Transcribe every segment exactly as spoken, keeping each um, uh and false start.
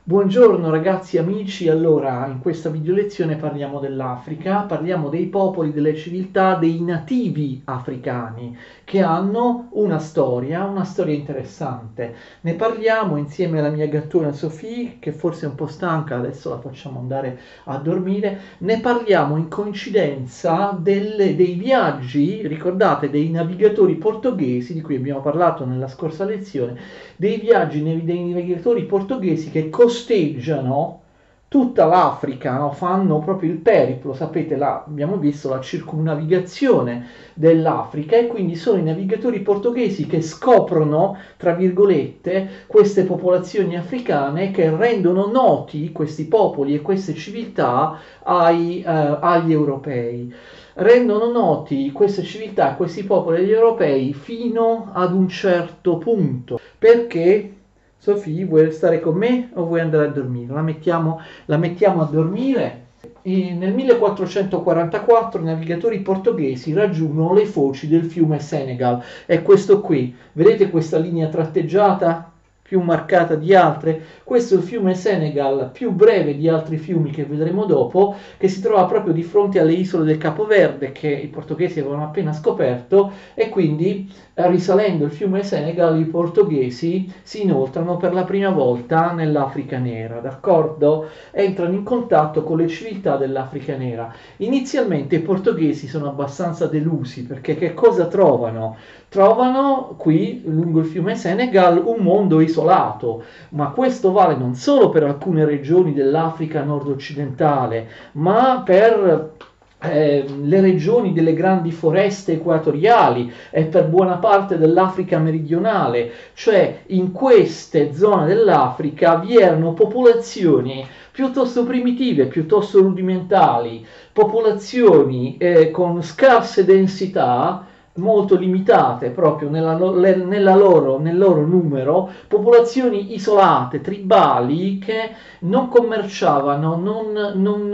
Buongiorno ragazzi amici, allora in questa video lezione parliamo dell'Africa, parliamo dei popoli, delle civiltà, dei nativi africani che hanno una storia, una storia interessante. Ne parliamo insieme alla mia gattona Sophie, che forse è un po' stanca, adesso la facciamo andare a dormire. Ne parliamo in coincidenza delle- dei viaggi, ricordate, dei navigatori portoghesi di cui abbiamo parlato nella scorsa lezione, dei viaggi nei- dei navigatori portoghesi che costeggiano tutta l'Africa, no? Fanno proprio il periplo, sapete, là abbiamo visto la circumnavigazione dell'Africa e quindi sono i navigatori portoghesi che scoprono, tra virgolette, queste popolazioni africane che rendono noti questi popoli e queste civiltà ai, eh, agli europei. Rendono noti queste civiltà e questi popoli agli europei fino ad un certo punto. Perché, Sofì, vuoi stare con me o vuoi andare a dormire? La mettiamo, la mettiamo a dormire. E nel millequattrocentoquarantaquattro i navigatori portoghesi raggiungono le foci del fiume Senegal. È questo qui. Vedete questa linea tratteggiata? Più marcata di altre? Questo è il fiume Senegal, più breve di altri fiumi che vedremo dopo, che si trova proprio di fronte alle isole del Capoverde che i portoghesi avevano appena scoperto, e quindi risalendo il fiume Senegal i portoghesi si inoltrano per la prima volta nell'Africa nera, d'accordo? Entrano in contatto con le civiltà dell'Africa nera. Inizialmente i portoghesi sono abbastanza delusi perché che cosa trovano? Trovano qui lungo il fiume Senegal un mondo isolato, ma questo vale non solo per alcune regioni dell'Africa nord-occidentale, ma per eh, le regioni delle grandi foreste equatoriali e per buona parte dell'Africa meridionale, cioè in queste zone dell'Africa vi erano popolazioni piuttosto primitive, piuttosto rudimentali, popolazioni eh, con scarse densità, molto limitate proprio nella, nella loro, nel loro numero, popolazioni isolate, tribali, che non commerciavano, non, non,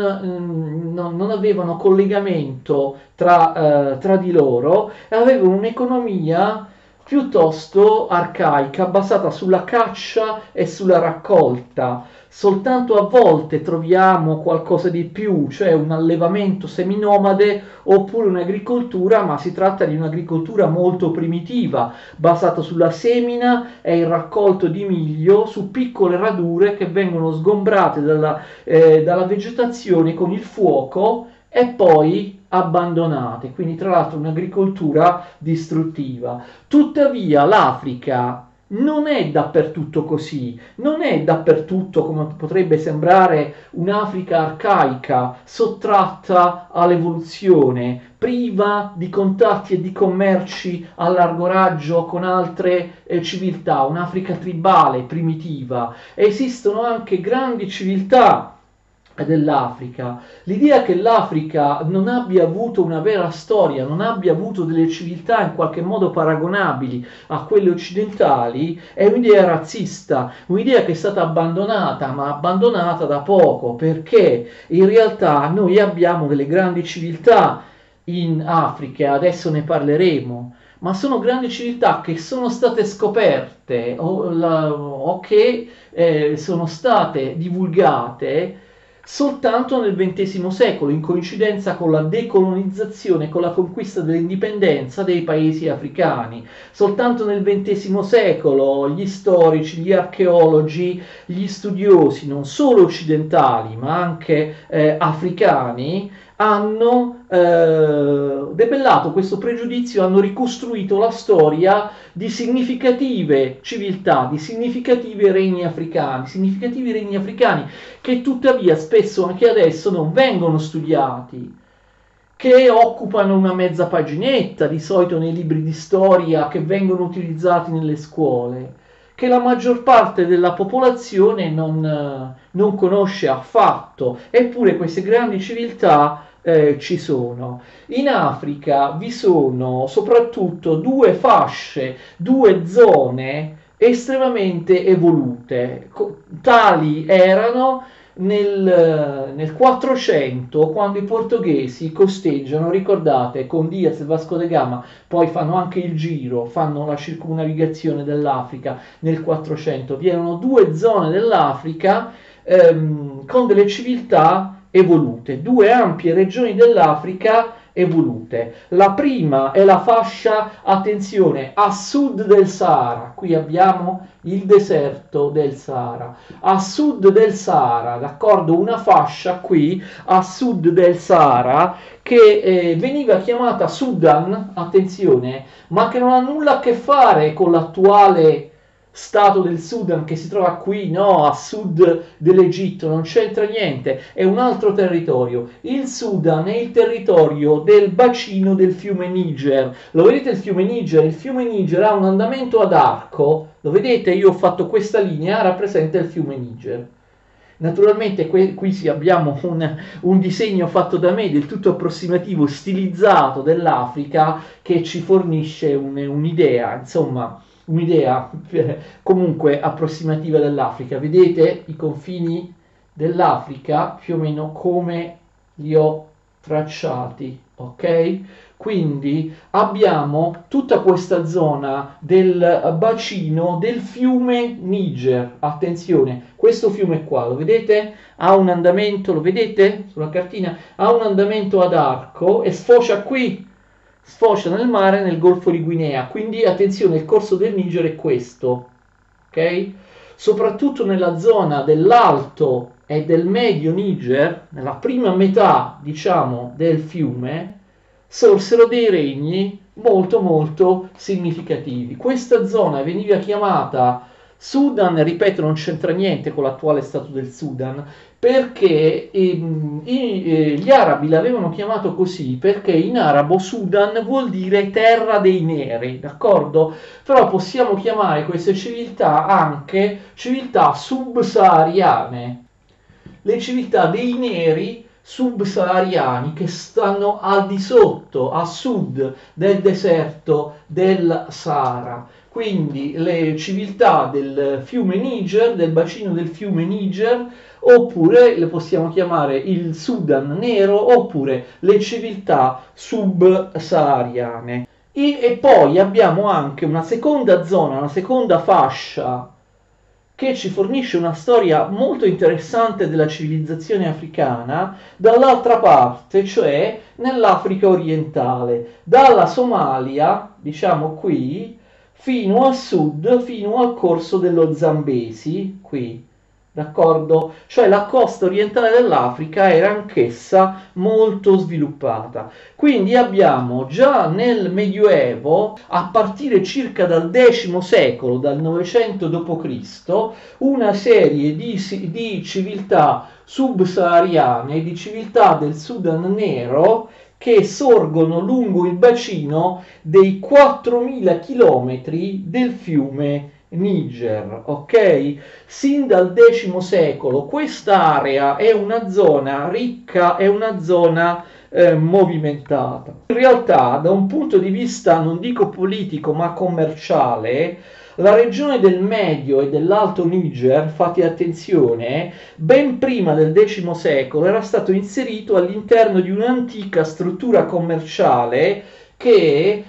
non, non avevano collegamento tra, eh, tra di loro e avevano un'economia piuttosto arcaica, basata sulla caccia e sulla raccolta. Soltanto a volte troviamo qualcosa di più, cioè un allevamento seminomade oppure un'agricoltura, ma si tratta di un'agricoltura molto primitiva, basata sulla semina e il raccolto di miglio su piccole radure che vengono sgombrate dalla, eh, dalla vegetazione con il fuoco e poi abbandonate, quindi tra l'altro un'agricoltura distruttiva. Tuttavia l'Africa non è dappertutto così, non è dappertutto come potrebbe sembrare un'Africa arcaica, sottratta all'evoluzione, priva di contatti e di commerci a largo raggio con altre eh, civiltà, un'Africa tribale, primitiva. Esistono anche grandi civiltà dell'Africa. L'idea che l'Africa non abbia avuto una vera storia, non abbia avuto delle civiltà in qualche modo paragonabili a quelle occidentali, è un'idea razzista, un'idea che è stata abbandonata, ma abbandonata da poco, perché in realtà noi abbiamo delle grandi civiltà in Africa, adesso ne parleremo, ma sono grandi civiltà che sono state scoperte o, la, o che eh, sono state divulgate soltanto nel ventesimo secolo, in coincidenza con la decolonizzazione, con la conquista dell'indipendenza dei paesi africani. Soltanto nel ventesimo secolo gli storici, gli archeologi, gli studiosi, non solo occidentali, ma anche eh, africani, hanno eh, debellato questo pregiudizio, hanno ricostruito la storia di significative civiltà, di significativi regni africani, significativi regni africani che tuttavia spesso anche adesso non vengono studiati, che occupano una mezza paginetta di solito nei libri di storia che vengono utilizzati nelle scuole, che la maggior parte della popolazione non, non conosce affatto, eppure queste grandi civiltà eh, ci sono. In Africa vi sono soprattutto due fasce, due zone estremamente evolute, tali erano nel, nel quattrocento, quando i portoghesi costeggiano, ricordate, con Diaz e Vasco da Gama, poi fanno anche il giro, fanno la circumnavigazione dell'Africa nel quattrocento, vi erano due zone dell'Africa ehm, con delle civiltà evolute, due ampie regioni dell'Africa evolute. La prima è la fascia, attenzione, a sud del Sahara, qui abbiamo il deserto del Sahara, a sud del Sahara, d'accordo? Una fascia qui a sud del Sahara che eh, veniva chiamata Sudan, attenzione, ma che non ha nulla a che fare con l'attuale stato del Sudan che si trova qui, no, a sud dell'Egitto, non c'entra niente, è un altro territorio. Il Sudan è il territorio del bacino del fiume Niger. Lo vedete il fiume Niger? Il fiume Niger ha un andamento ad arco, lo vedete? Io ho fatto questa linea, rappresenta il fiume Niger. Naturalmente qui, qui sì, abbiamo un, un disegno fatto da me del tutto approssimativo, stilizzato dell'Africa, che ci fornisce un, un'idea, insomma, un'idea comunque approssimativa dell'Africa. Vedete i confini dell'Africa più o meno come li ho tracciati, ok? Quindi abbiamo tutta questa zona del bacino del fiume Niger. Attenzione, questo fiume qua, lo vedete? Ha un andamento, lo vedete sulla cartina? Ha un andamento ad arco e sfocia qui, sfocia nel mare, nel Golfo di Guinea. Quindi attenzione, il corso del Niger è questo, ok? Soprattutto nella zona dell'alto e del medio Niger, nella prima metà, diciamo, del fiume, sorsero dei regni molto molto significativi. Questa zona veniva chiamata Sudan, ripeto, non c'entra niente con l'attuale stato del Sudan, perché ehm, i, eh, gli arabi l'avevano chiamato così perché in arabo Sudan vuol dire terra dei neri, d'accordo? Però possiamo chiamare queste civiltà anche civiltà subsahariane, le civiltà dei neri subsahariani che stanno al di sotto, a sud del deserto del Sahara. Quindi le civiltà del fiume Niger, del bacino del fiume Niger, oppure le possiamo chiamare il Sudan nero, oppure le civiltà subsahariane. E, e poi abbiamo anche una seconda zona, una seconda fascia che ci fornisce una storia molto interessante della civilizzazione africana dall'altra parte, cioè nell'Africa orientale, dalla Somalia, diciamo qui, fino a sud, fino al corso dello Zambesi, qui, d'accordo? Cioè la costa orientale dell'Africa era anch'essa molto sviluppata. Quindi abbiamo già nel Medioevo, a partire circa dal X secolo, dal novecento dopo Cristo, una serie di, di civiltà subsahariane, di civiltà del Sudan nero, che sorgono lungo il bacino dei quattromila chilometri del fiume Niger, ok? Sin dal X secolo quest'area è una zona ricca, è una zona eh, movimentata. In realtà, da un punto di vista non dico politico ma commerciale, la regione del Medio e dell'Alto Niger, fate attenzione, ben prima del X secolo era stato inserito all'interno di un'antica struttura commerciale che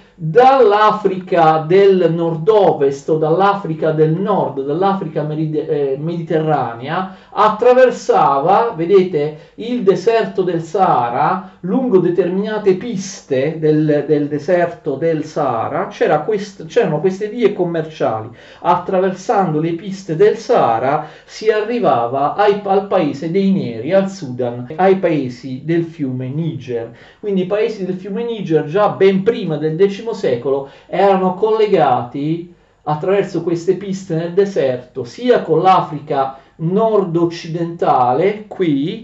dall'Africa del nord-ovest o dall'Africa del nord, dall'Africa merid- eh, mediterranea, attraversava, vedete, il deserto del Sahara, lungo determinate piste del, del deserto del Sahara, c'era quest- c'erano queste vie commerciali. Attraversando le piste del Sahara si arrivava ai, al paese dei neri, al Sudan, ai paesi del fiume Niger. Quindi i paesi del fiume Niger già ben prima del X secolo erano collegati attraverso queste piste nel deserto sia con l'Africa nord-occidentale qui,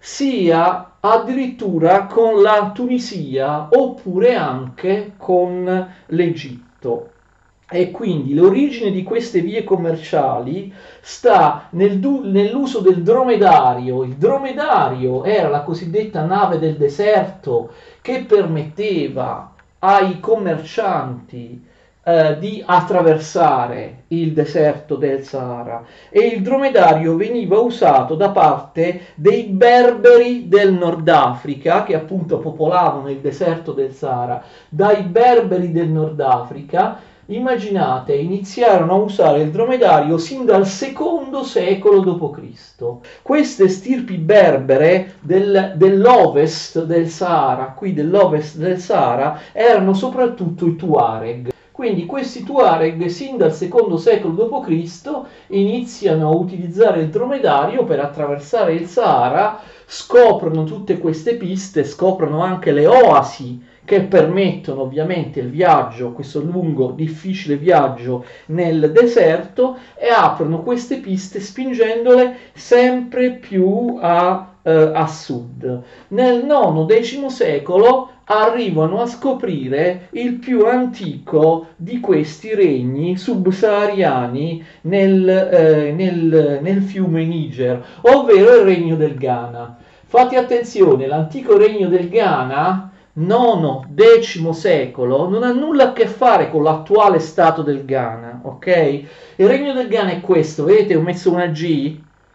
sia addirittura con la Tunisia oppure anche con l'Egitto. E quindi l'origine di queste vie commerciali sta nel du- nell'uso del dromedario. Il dromedario era la cosiddetta nave del deserto che permetteva ai commercianti eh, di attraversare il deserto del Sahara e il dromedario veniva usato da parte dei berberi del Nord Africa che appunto popolavano il deserto del Sahara. Dai berberi del Nord Africa, immaginate, iniziarono a usare il dromedario sin dal secondo secolo dopo Cristo. Queste stirpi berbere del, dell'ovest del Sahara, qui dell'ovest del Sahara, erano soprattutto i Tuareg. Quindi questi Tuareg, sin dal secondo secolo dopo Cristo, iniziano a utilizzare il dromedario per attraversare il Sahara, scoprono tutte queste piste, scoprono anche le oasi che permettono ovviamente il viaggio, questo lungo, difficile viaggio nel deserto, e aprono queste piste spingendole sempre più a, eh, a sud. Nel nono decimo secolo arrivano a scoprire il più antico di questi regni subsahariani nel, eh, nel, nel fiume Niger, ovvero il regno del Ghana. Fate attenzione, l'antico regno del Ghana, nono decimo secolo, non ha nulla a che fare con l'attuale stato del Ghana, ok? Il regno del Ghana è questo, vedete, ho messo una G,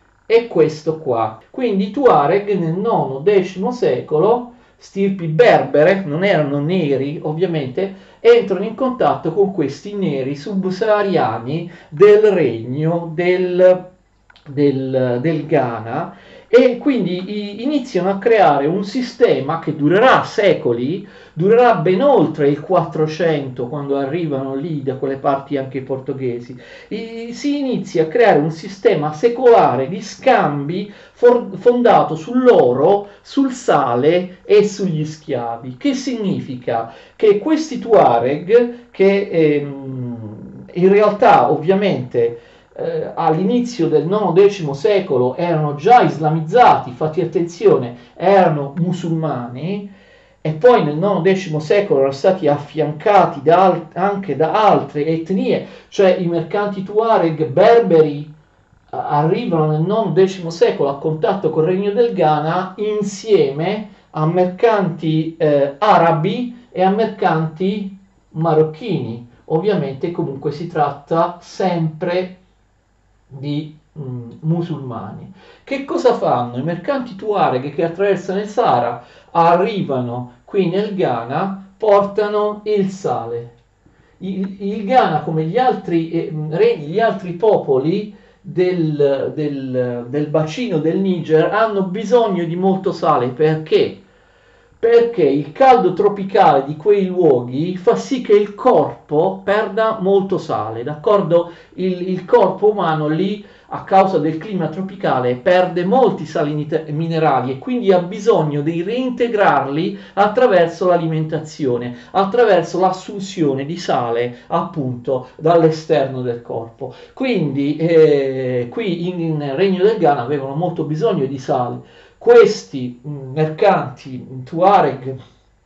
è questo qua. Quindi i Tuareg nel nono decimo secolo, stirpi berbere, non erano neri ovviamente, entrano in contatto con questi neri subsahariani del regno del, del, del Ghana, e quindi iniziano a creare un sistema che durerà secoli, durerà ben oltre il quattrocento quando arrivano lì da quelle parti anche i portoghesi. E si inizia a creare un sistema secolare di scambi for- fondato sull'oro, sul sale e sugli schiavi. Che significa? Che questi Tuareg, che ehm, in realtà ovviamente eh, all'inizio del nono decimo secolo erano già islamizzati, fate attenzione, erano musulmani, e poi nel nono decimo secolo erano stati affiancati da al- anche da altre etnie, cioè i mercanti Tuareg berberi a- arrivano nel nono decimo secolo a contatto col regno del Ghana insieme a mercanti eh, arabi e a mercanti marocchini. Ovviamente comunque si tratta sempre di mm, musulmani. Che cosa fanno? I mercanti Tuareg che attraversano il Sahara arrivano qui nel Ghana, portano il sale. Il, il Ghana, come gli altri eh, regni, gli altri popoli del, del, del bacino del Niger, hanno bisogno di molto sale. Perché? Perché il caldo tropicale di quei luoghi fa sì che il corpo perda molto sale, d'accordo? Il, il corpo umano lì, a causa del clima tropicale, perde molti sali minerali e quindi ha bisogno di reintegrarli attraverso l'alimentazione, attraverso l'assunzione di sale appunto dall'esterno del corpo. Quindi eh, qui in, in Regno del Ghana avevano molto bisogno di sale. Questi mercanti Tuareg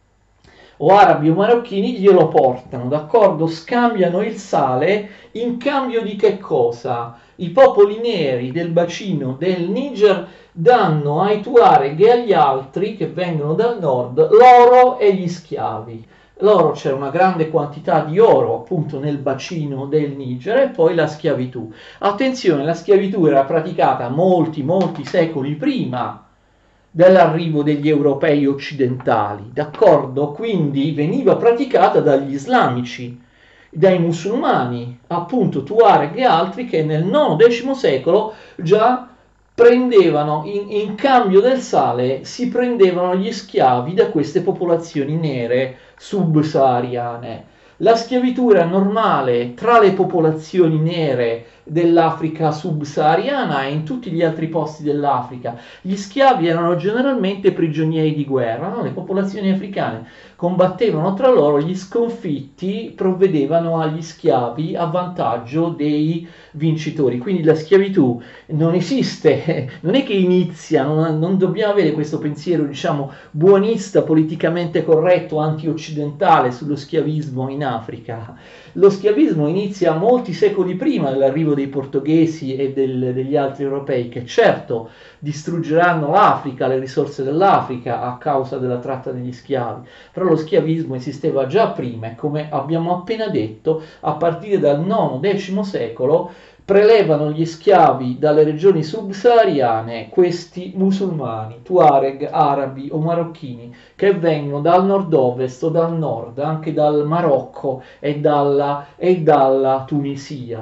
o arabi o marocchini glielo portano, d'accordo? Scambiano il sale in cambio di che cosa? I popoli neri del bacino del Niger danno ai Tuareg e agli altri che vengono dal nord l'oro e gli schiavi. L'oro, c'era una grande quantità di oro appunto nel bacino del Niger, e poi la schiavitù. Attenzione, la schiavitù era praticata molti, molti secoli prima dell'arrivo degli europei occidentali, d'accordo? Quindi veniva praticata dagli islamici, dai musulmani, appunto Tuareg e altri, che nel nono decimo secolo già prendevano, in, in cambio del sale, si prendevano gli schiavi da queste popolazioni nere subsahariane. La schiavitù era normale tra le popolazioni nere dell'Africa subsahariana e in tutti gli altri posti dell'Africa. Gli schiavi erano generalmente prigionieri di guerra, no? Le popolazioni africane combattevano tra loro, gli sconfitti provvedevano agli schiavi a vantaggio dei vincitori. Quindi la schiavitù non esiste, non è che inizia, non, non dobbiamo avere questo pensiero, diciamo, buonista, politicamente corretto, anti-occidentale sullo schiavismo in Africa. Lo schiavismo inizia molti secoli prima dell'arrivo dei portoghesi e del, degli altri europei, che certo distruggeranno l'Africa, le risorse dell'Africa a causa della tratta degli schiavi, però lo schiavismo esisteva già prima e, come abbiamo appena detto, a partire dal nono decimo secolo prelevano gli schiavi dalle regioni subsahariane questi musulmani, tuareg, arabi o marocchini, che vengono dal nord-ovest o dal nord, anche dal Marocco e dalla, e dalla Tunisia.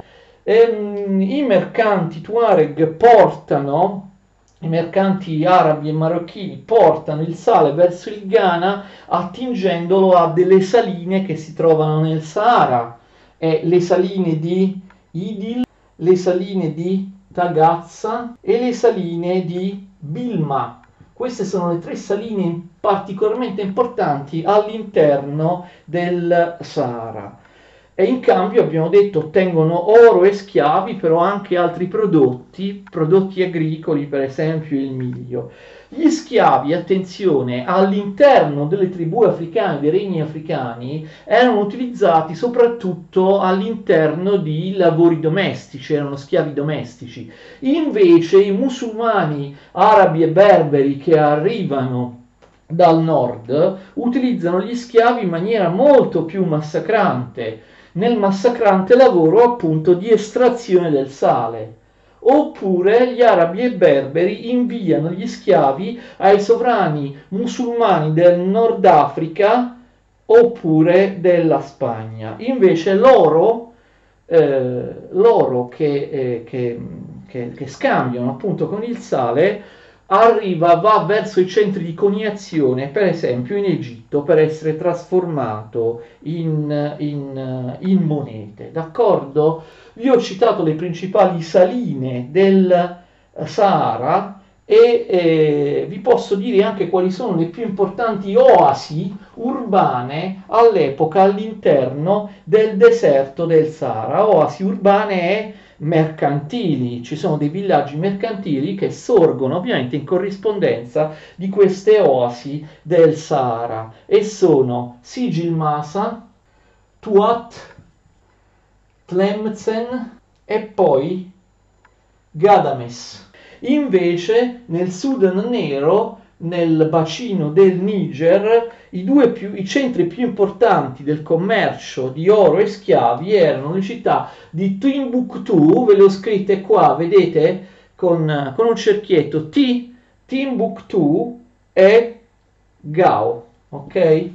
Ehm, I mercanti tuareg portano, i mercanti arabi e marocchini portano il sale verso il Ghana attingendolo a delle saline che si trovano nel Sahara, e le saline di Idil, le saline di Tagazza e le saline di Bilma. Queste sono le tre saline particolarmente importanti all'interno del Sahara. E in cambio, abbiamo detto, ottengono oro e schiavi, però anche altri prodotti, prodotti agricoli, per esempio il miglio. Gli schiavi, attenzione, all'interno delle tribù africane, dei regni africani, erano utilizzati soprattutto all'interno di lavori domestici, erano schiavi domestici. Invece i musulmani arabi e berberi che arrivano dal nord utilizzano gli schiavi in maniera molto più massacrante, nel massacrante lavoro appunto di estrazione del sale. Oppure gli arabi e berberi inviano gli schiavi ai sovrani musulmani del Nord Africa oppure della Spagna. Invece l'oro, eh, l'oro che, eh, che, che, che scambiano appunto con il sale arriva, va verso i centri di coniazione, per esempio in Egitto, per essere trasformato in, in, in monete, d'accordo? Vi ho citato le principali saline del Sahara e eh, vi posso dire anche quali sono le più importanti oasi urbane all'epoca all'interno del deserto del Sahara, oasi urbane e mercantili. Ci sono dei villaggi mercantili che sorgono ovviamente in corrispondenza di queste oasi del Sahara e sono Sijil Masa, Tuat, Tlemcen e poi Gadames. Invece nel Sudan Nero, nel bacino del Niger, i due più, i centri più importanti del commercio di oro e schiavi erano le città di Timbuktu, ve le ho scritte qua, vedete, con, con un cerchietto, T, Timbuktu e Gao, ok?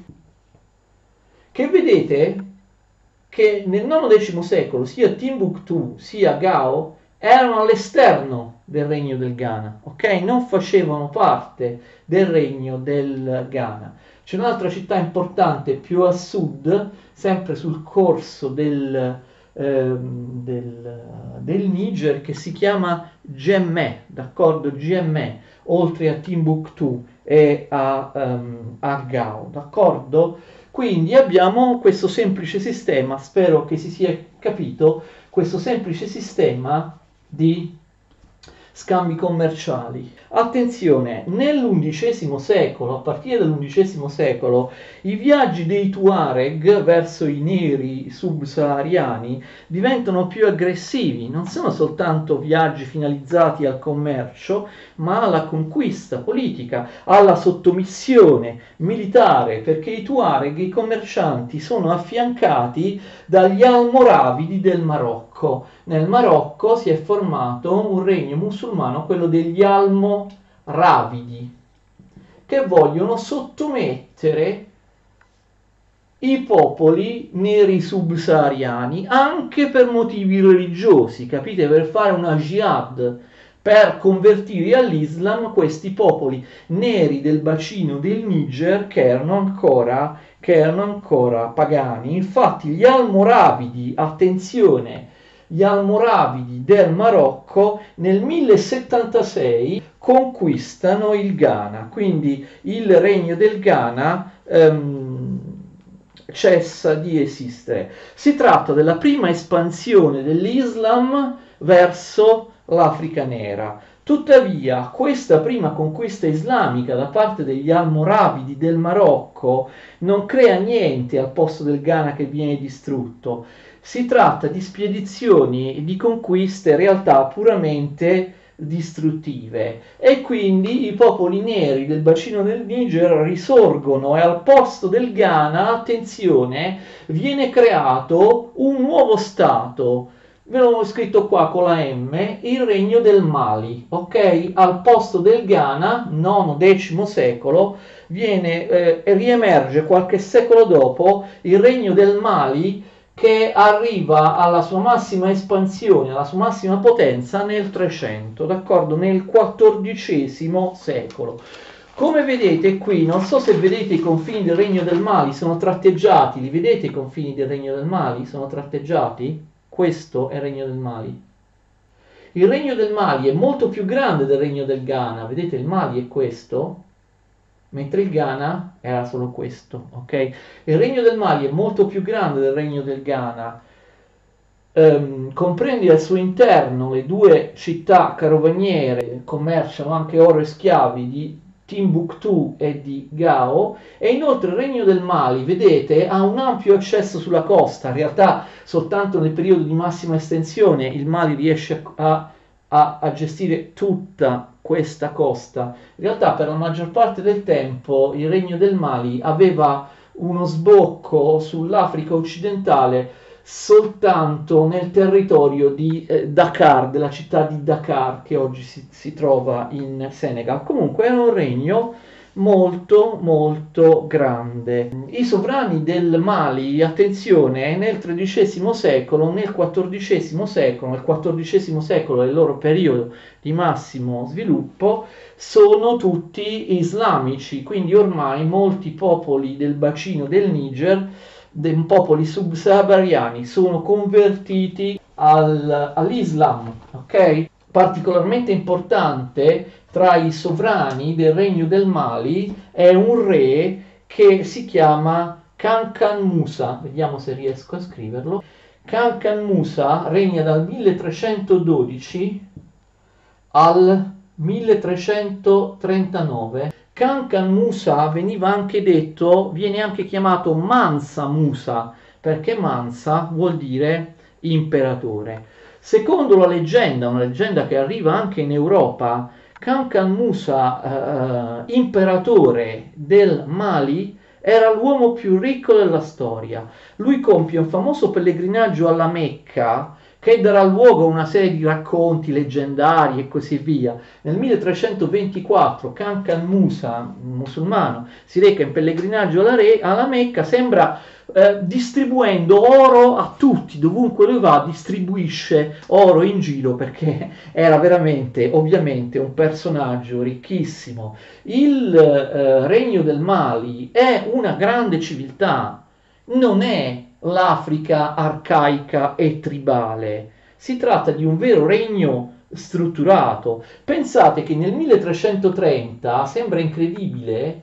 Che vedete che nel nonodecimo secolo sia Timbuktu sia Gao erano all'esterno del regno del Ghana, ok? Non facevano parte del regno del Ghana. C'è un'altra città importante più a sud, sempre sul corso del, eh, del, del Niger, che si chiama Djemmé, d'accordo? Djemmé, oltre a Timbuktu e a, um, a Gao, d'accordo? Quindi abbiamo questo semplice sistema, spero che si sia capito, questo semplice sistema di scambi commerciali. Attenzione, nell'undicesimo secolo, a partire dall'undicesimo secolo, i viaggi dei Tuareg verso i neri subsahariani diventano più aggressivi, non sono soltanto viaggi finalizzati al commercio, ma alla conquista politica, alla sottomissione militare, perché i Tuareg, i commercianti, sono affiancati dagli almoravidi del Marocco. Nel Marocco si è formato un regno musulmano, quello degli almoravidi, che vogliono sottomettere i popoli neri subsahariani anche per motivi religiosi, capite? Per fare una jihad, per convertire all'Islam questi popoli neri del bacino del Niger che erano ancora, che erano ancora pagani. Infatti gli almoravidi, attenzione, gli almoravidi del Marocco nel millesettantasei conquistano il Ghana, quindi il regno del Ghana ehm, cessa di esistere. Si tratta della prima espansione dell'Islam verso l'Africa nera. Tuttavia, questa prima conquista islamica da parte degli almoravidi del Marocco non crea niente al posto del Ghana che viene distrutto. Si tratta di spedizioni e di conquiste in realtà puramente distruttive, e quindi i popoli neri del bacino del Niger risorgono, e al posto del Ghana, attenzione, viene creato un nuovo stato. Ve l'ho scritto qua con la M, il regno del Mali, ok? Al posto del Ghana, nono decimo secolo, viene, eh, riemerge qualche secolo dopo il regno del Mali, che arriva alla sua massima espansione, alla sua massima potenza nel trecento, d'accordo? Nel quattordicesimo secolo. Come vedete qui, non so se vedete i confini del Regno del Mali, sono tratteggiati, li vedete i confini del Regno del Mali? Sono tratteggiati? Questo è il Regno del Mali. Il Regno del Mali è molto più grande del Regno del Ghana, vedete il Mali è questo, mentre il Ghana era solo questo, ok? Il Regno del Mali è molto più grande del Regno del Ghana, ehm, comprende al suo interno le due città carovaniere, commerciano anche oro e schiavi, di Timbuktu e di Gao, e inoltre il Regno del Mali, vedete, ha un ampio accesso sulla costa. In realtà soltanto nel periodo di massima estensione il Mali riesce a, a, a gestire tutta questa costa. In realtà per la maggior parte del tempo il Regno del Mali aveva uno sbocco sull'Africa occidentale soltanto nel territorio di eh, Dakar, della città di Dakar, che oggi si, si trova in Senegal. Comunque era un regno molto molto grande. I sovrani del Mali, attenzione, nel tredicesimo secolo, nel quattordicesimo secolo, nel quattordicesimo secolo è il loro periodo di massimo sviluppo, sono tutti islamici, quindi ormai molti popoli del bacino del Niger, dei popoli subsahariani, sono convertiti al, all'Islam, ok? Particolarmente importante tra i sovrani del Regno del Mali è un re che si chiama Kankan Musa, vediamo se riesco a scriverlo. Kankan Musa regna dal milletrecentododici al milletrecentotrentanove. Kankan Musa veniva anche detto, viene anche chiamato Mansa Musa, perché Mansa vuol dire imperatore. Secondo la leggenda, una leggenda che arriva anche in Europa, Kankan Musa, eh, imperatore del Mali, era l'uomo più ricco della storia. Lui compie un famoso pellegrinaggio alla Mecca, che darà luogo a una serie di racconti leggendari e così via. Nel milletrecentoventiquattro Kankan Musa, musulmano, si reca in pellegrinaggio alla, re, alla Mecca, sembra eh, distribuendo oro a tutti, dovunque lui va distribuisce oro in giro, perché era veramente, ovviamente, un personaggio ricchissimo. Il eh, Regno del Mali è una grande civiltà, non è l'Africa arcaica e tribale, si tratta di un vero regno strutturato. Pensate che nel milletrecentotrenta, sembra incredibile,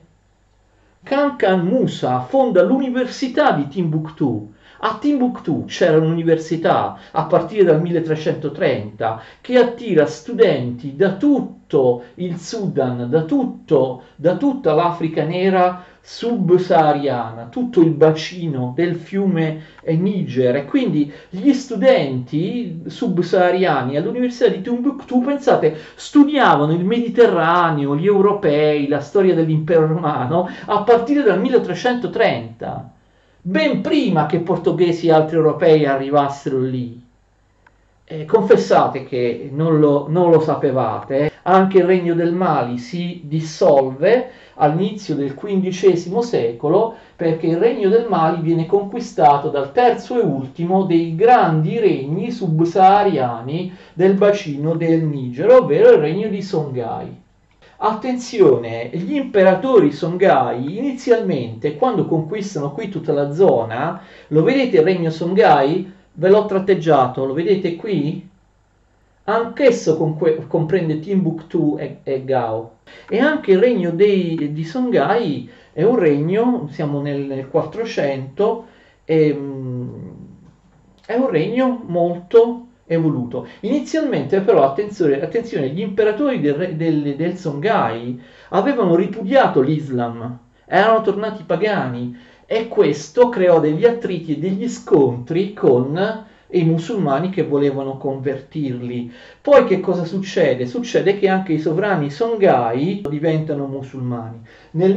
Kankan Musa fonda l'università di Timbuktu. A Timbuktu c'era un'università a partire dal milletrecentotrenta che attira studenti da tutto il Sudan, da, tutto, da tutta l'Africa nera subsahariana, tutto il bacino del fiume Niger, e quindi gli studenti subsahariani all'università di Timbuktu, pensate, studiavano il Mediterraneo, gli europei, la storia dell'impero romano a partire dal milletrecentotrenta, ben prima che portoghesi e altri europei arrivassero lì. Eh, confessate che non lo, non lo sapevate. Eh. Anche il Regno del Mali si dissolve all'inizio del quindicesimo secolo, perché il Regno del Mali viene conquistato dal terzo e ultimo dei grandi regni subsahariani del bacino del Niger, ovvero il Regno di Songhai. Attenzione, gli imperatori Songhai inizialmente, quando conquistano qui tutta la zona, lo vedete il Regno Songhai? Ve l'ho tratteggiato, lo vedete qui? Anch'esso comprende Timbuktu e, e Gao. E anche il regno dei, di Songhai è un regno, siamo nel, nel quattrocento, è, è un regno molto evoluto. Inizialmente però, attenzione, attenzione gli imperatori del, del, del Songhai avevano ripudiato l'Islam, erano tornati pagani, e questo creò degli attriti e degli scontri con i musulmani che volevano convertirli. Poi che cosa succede? Succede che anche i sovrani Songhai diventano musulmani. Nel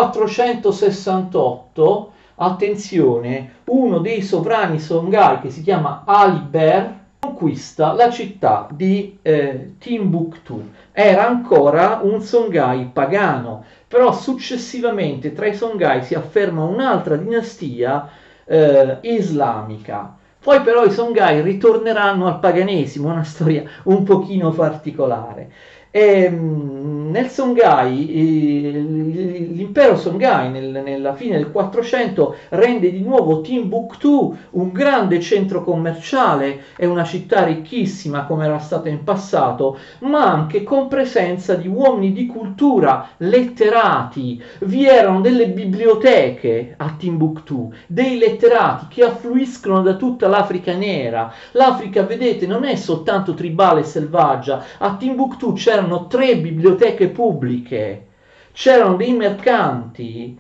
millequattrocentosessantotto, attenzione, uno dei sovrani Songhai, che si chiama Ali Ber, conquista la città di eh, Timbuktu. Era ancora un Songhai pagano, però successivamente tra i Songhai si afferma un'altra dinastia eh, islamica. Poi però i Songhai ritorneranno al paganesimo, una storia un pochino particolare. E, nel Songhai, eh, l'impero Songhai nel, nella fine del quattrocento rende di nuovo Timbuktu un grande centro commerciale e una città ricchissima come era stata in passato, ma anche con presenza di uomini di cultura, letterati. Vi erano delle biblioteche a Timbuktu, dei letterati che affluiscono da tutta l'Africa nera. L'Africa, vedete, non è soltanto tribale e selvaggia. A Timbuktu c'erano tre biblioteche pubbliche, c'erano dei mercanti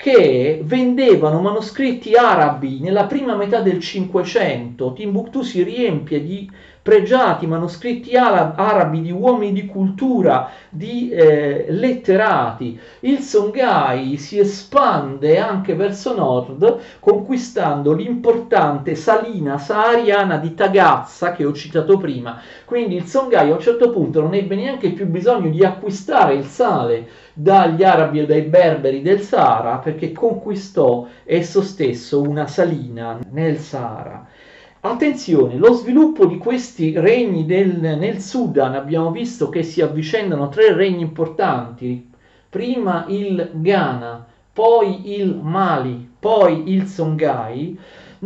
che vendevano manoscritti arabi nella prima metà del Cinquecento. Timbuktu si riempie di pregiati manoscritti arabi di uomini di cultura, di eh, letterati. Il Songhai si espande anche verso nord, conquistando l'importante salina sahariana di Tagazza che ho citato prima. Quindi il Songhai a un certo punto non ebbe neanche più bisogno di acquistare il sale dagli arabi o dai berberi del Sahara, perché conquistò esso stesso una salina nel Sahara. Attenzione, lo sviluppo di questi regni del, nel Sudan, abbiamo visto che si avvicendano tre regni importanti, prima il Ghana, poi il Mali, poi il Songhai,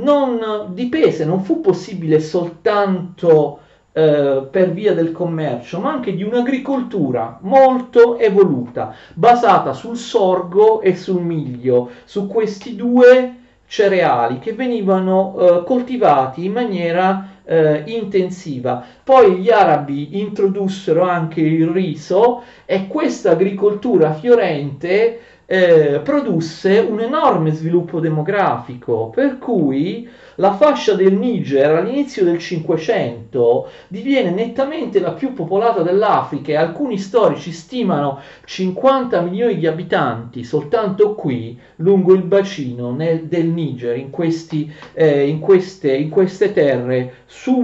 non dipese, non fu possibile soltanto eh, per via del commercio, ma anche di un'agricoltura molto evoluta, basata sul sorgo e sul miglio, su questi due cereali che venivano eh, coltivati in maniera eh, intensiva. Poi gli arabi introdussero anche il riso e questa agricoltura fiorente eh, produsse un enorme sviluppo demografico, per cui la fascia del Niger all'inizio del Cinquecento diviene nettamente la più popolata dell'Africa e alcuni storici stimano cinquanta milioni di abitanti soltanto qui lungo il bacino nel, del Niger, in, questi, eh, in, queste, in queste terre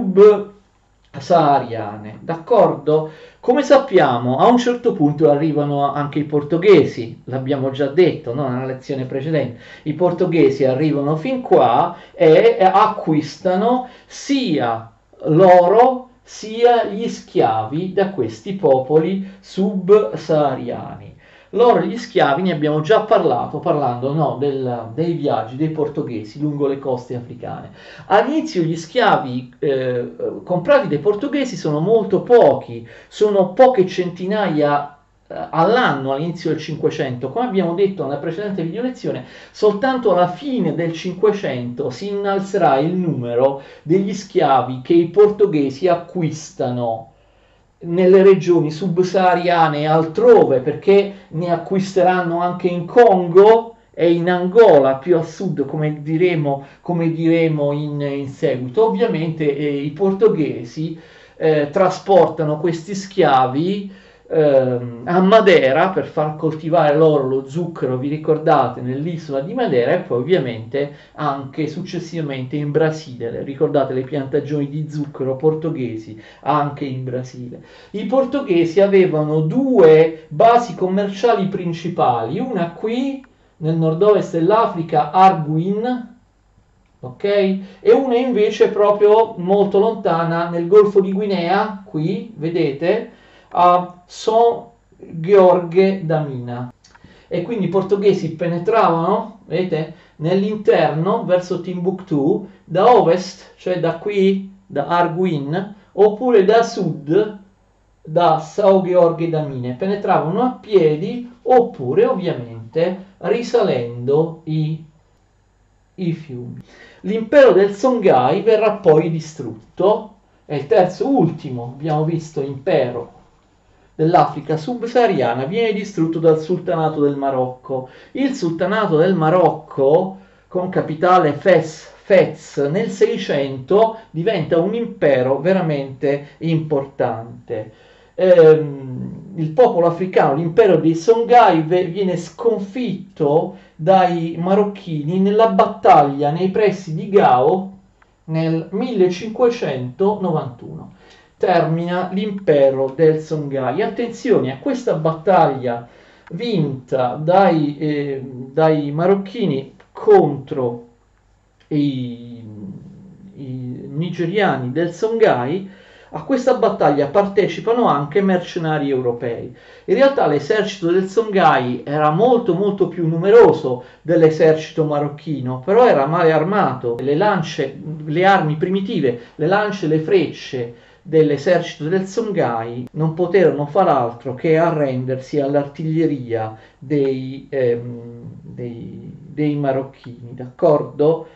sub-sahariane, d'accordo? Come sappiamo, a un certo punto arrivano anche i portoghesi, l'abbiamo già detto, no? Nella lezione precedente. I portoghesi arrivano fin qua e acquistano sia l'oro sia gli schiavi da questi popoli sub-sahariani. L'oro e gli schiavi ne abbiamo già parlato, parlando no, del, dei viaggi dei portoghesi lungo le coste africane. All'inizio gli schiavi eh, comprati dai portoghesi sono molto pochi, sono poche centinaia eh, all'anno all'inizio del Cinquecento. Come abbiamo detto nella precedente video lezione, soltanto alla fine del Cinquecento si innalzerà il numero degli schiavi che i portoghesi acquistano nelle regioni subsahariane e altrove, perché ne acquisteranno anche in Congo e in Angola più a sud, come diremo, come diremo in, in seguito. Ovviamente eh, i portoghesi eh, trasportano questi schiavi eh, a Madeira per far coltivare loro lo zucchero, vi ricordate, nell'isola di Madeira, e poi ovviamente anche successivamente in Brasile. Ricordate le piantagioni di zucchero portoghesi anche in Brasile. I portoghesi avevano due basi commerciali principali, una qui nel nord-ovest dell'Africa, Arguin, ok? E una invece proprio molto lontana nel Golfo di Guinea, qui, vedete, a São Gheorghe da Mina. E quindi i portoghesi penetravano, vedete, nell'interno verso Timbuktu, da ovest, cioè da qui, da Arguin, oppure da sud, da São Gheorghe da Mina. Penetravano a piedi oppure ovviamente risalendo i, i fiumi. L'impero del Songhai verrà poi distrutto, è il terzo ultimo, abbiamo visto, impero dell'Africa subsahariana, viene distrutto dal sultanato del Marocco. Il sultanato del Marocco con capitale Fez, Fez, nel seicento diventa un impero veramente importante. Ehm, il popolo africano, l'impero dei Songhai, viene sconfitto dai marocchini nella battaglia nei pressi di Gao nel millecinquecentonovantuno. Termina l'impero del Songhai. Attenzione a questa battaglia vinta dai, eh, dai marocchini contro i, i nigeriani del Songhai. A questa battaglia partecipano anche mercenari europei. In realtà l'esercito del Songhai era molto molto più numeroso dell'esercito marocchino, però era male armato. Le lance, le armi primitive, le lance e le frecce dell'esercito del Songhai non poterono far altro che arrendersi all'artiglieria dei, ehm, dei, dei marocchini, d'accordo?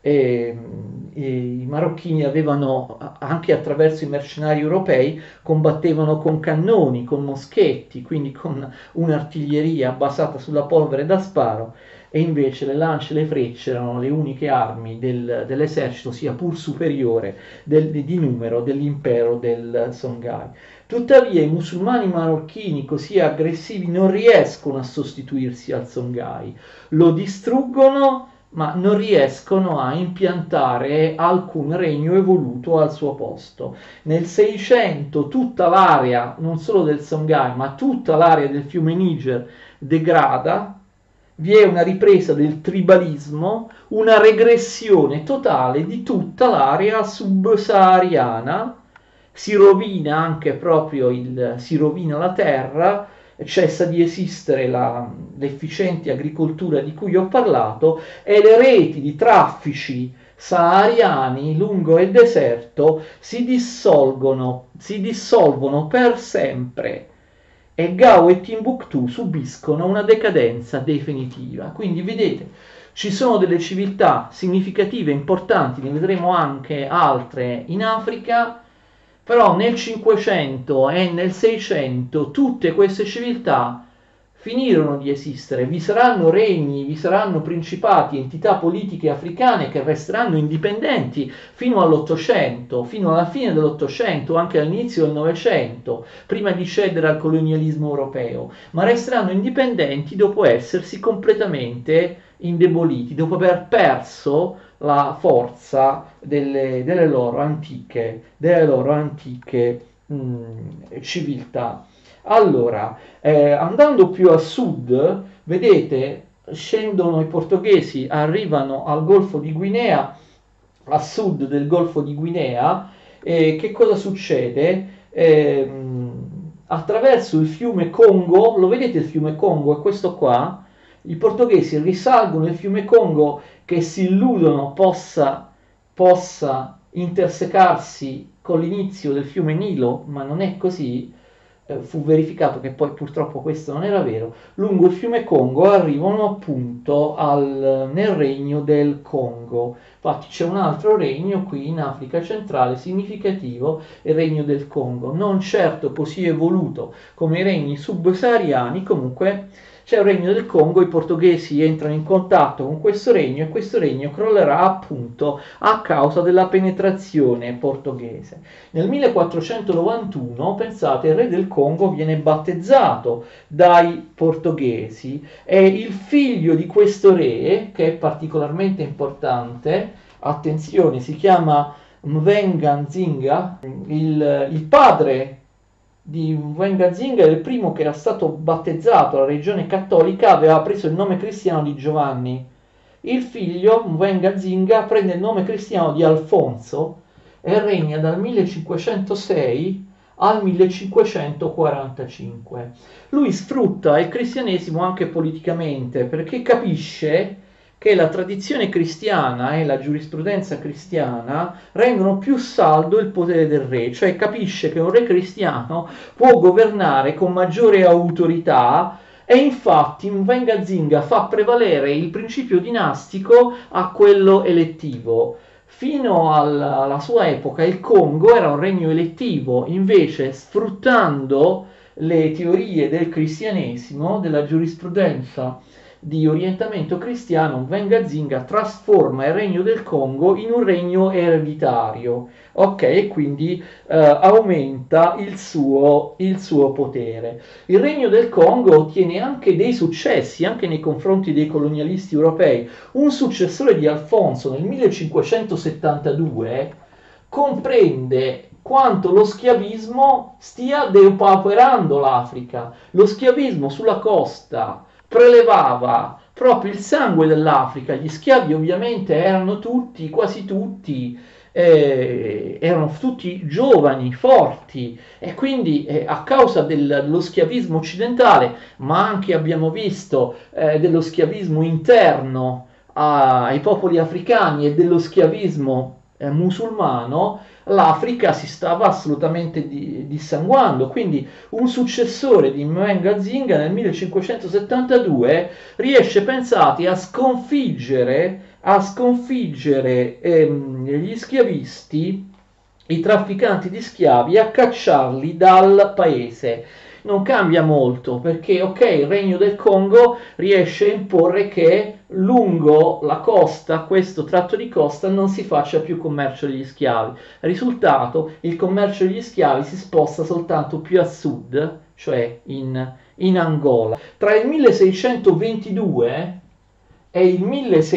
E, e i marocchini avevano, anche attraverso i mercenari europei, combattevano con cannoni, con moschetti, quindi con un'artiglieria basata sulla polvere da sparo, e invece le lance e le frecce erano le uniche armi del, dell'esercito, sia pur superiore del, di numero, dell'impero del Songhai. Tuttavia i musulmani marocchini così aggressivi non riescono a sostituirsi al Songhai, lo distruggono, ma non riescono a impiantare alcun regno evoluto al suo posto. Nel seicento tutta l'area, non solo del Songhai, ma tutta l'area del fiume Niger degrada, vi è una ripresa del tribalismo, una regressione totale di tutta l'area subsahariana, si rovina anche proprio il, si rovina la terra, cessa di esistere la, l'efficiente agricoltura di cui ho parlato, e le reti di traffici sahariani lungo il deserto si dissolvono, si dissolvono per sempre, e Gao e Timbuktu subiscono una decadenza definitiva. Quindi vedete, ci sono delle civiltà significative, importanti, ne vedremo anche altre in Africa, però nel cinquecento e nel seicento tutte queste civiltà finirono di esistere. Vi saranno regni, vi saranno principati, entità politiche africane che resteranno indipendenti fino all'Ottocento, fino alla fine dell'Ottocento, anche all'inizio del Novecento, prima di cedere al colonialismo europeo, ma resteranno indipendenti dopo essersi completamente indeboliti, dopo aver perso la forza delle, delle loro antiche, delle loro antiche mh, civiltà. Allora, eh, andando più a sud, vedete, scendono i portoghesi, arrivano al Golfo di Guinea, a sud del Golfo di Guinea, e che cosa succede? Eh, attraverso il fiume Congo, lo vedete il fiume Congo, è questo qua, i portoghesi risalgono il fiume Congo, che si illudono possa, possa intersecarsi con l'inizio del fiume Nilo, ma non è così. Eh, fu verificato che poi purtroppo questo non era vero. Lungo il fiume Congo arrivano appunto al, nel regno del Congo. Infatti c'è un altro regno qui in Africa centrale significativo, il regno del Congo, non certo così evoluto come i regni subsahariani, comunque c'è un regno del Congo, i portoghesi entrano in contatto con questo regno e questo regno crollerà appunto a causa della penetrazione portoghese. Nel millequattrocentonovantuno, pensate, il re del Congo viene battezzato dai portoghesi e il figlio di questo re, che è particolarmente importante, attenzione, si chiama Mwenga Nzinga, il, il padre di Mwenga Nzinga è il primo che era stato battezzato alla religione cattolica, aveva preso il nome cristiano di Giovanni. Il figlio, Mwenga Nzinga, prende il nome cristiano di Alfonso e regna dal millecinquecentosei al millecinquecentoquarantacinque. Lui sfrutta il cristianesimo anche politicamente, perché capisce che la tradizione cristiana e la giurisprudenza cristiana rendono più saldo il potere del re, cioè capisce che un re cristiano può governare con maggiore autorità, e infatti Mwenga Nzinga fa prevalere il principio dinastico a quello elettivo. Fino alla, alla sua epoca il Congo era un regno elettivo, invece sfruttando le teorie del cristianesimo, della giurisprudenza di orientamento cristiano, Mwenga Zinga trasforma il regno del Congo in un regno ereditario, ok? E quindi eh, aumenta il suo, il suo potere. Il regno del Congo ottiene anche dei successi, anche nei confronti dei colonialisti europei. Un successore di Alfonso nel millecinquecentosettantadue comprende quanto lo schiavismo stia depauperando l'Africa. Lo schiavismo sulla costa prelevava proprio il sangue dell'Africa. Gli schiavi ovviamente erano tutti, quasi tutti, eh, erano tutti giovani, forti, e quindi eh, a causa del, dello schiavismo occidentale, ma anche abbiamo visto eh, dello schiavismo interno a, ai popoli africani e dello schiavismo eh, musulmano, l'Africa si stava assolutamente di, dissanguando. Quindi un successore di Mwenga Zinga nel millecinquecentosettantadue riesce, pensate, a sconfiggere, a sconfiggere ehm, gli schiavisti, i trafficanti di schiavi, a cacciarli dal paese. Non cambia molto, perché ok, il Regno del Congo riesce a imporre che lungo la costa, questo tratto di costa, non si faccia più commercio degli schiavi. Risultato, il commercio degli schiavi si sposta soltanto più a sud, cioè in, in Angola. Tra il milleseicentoventidue e il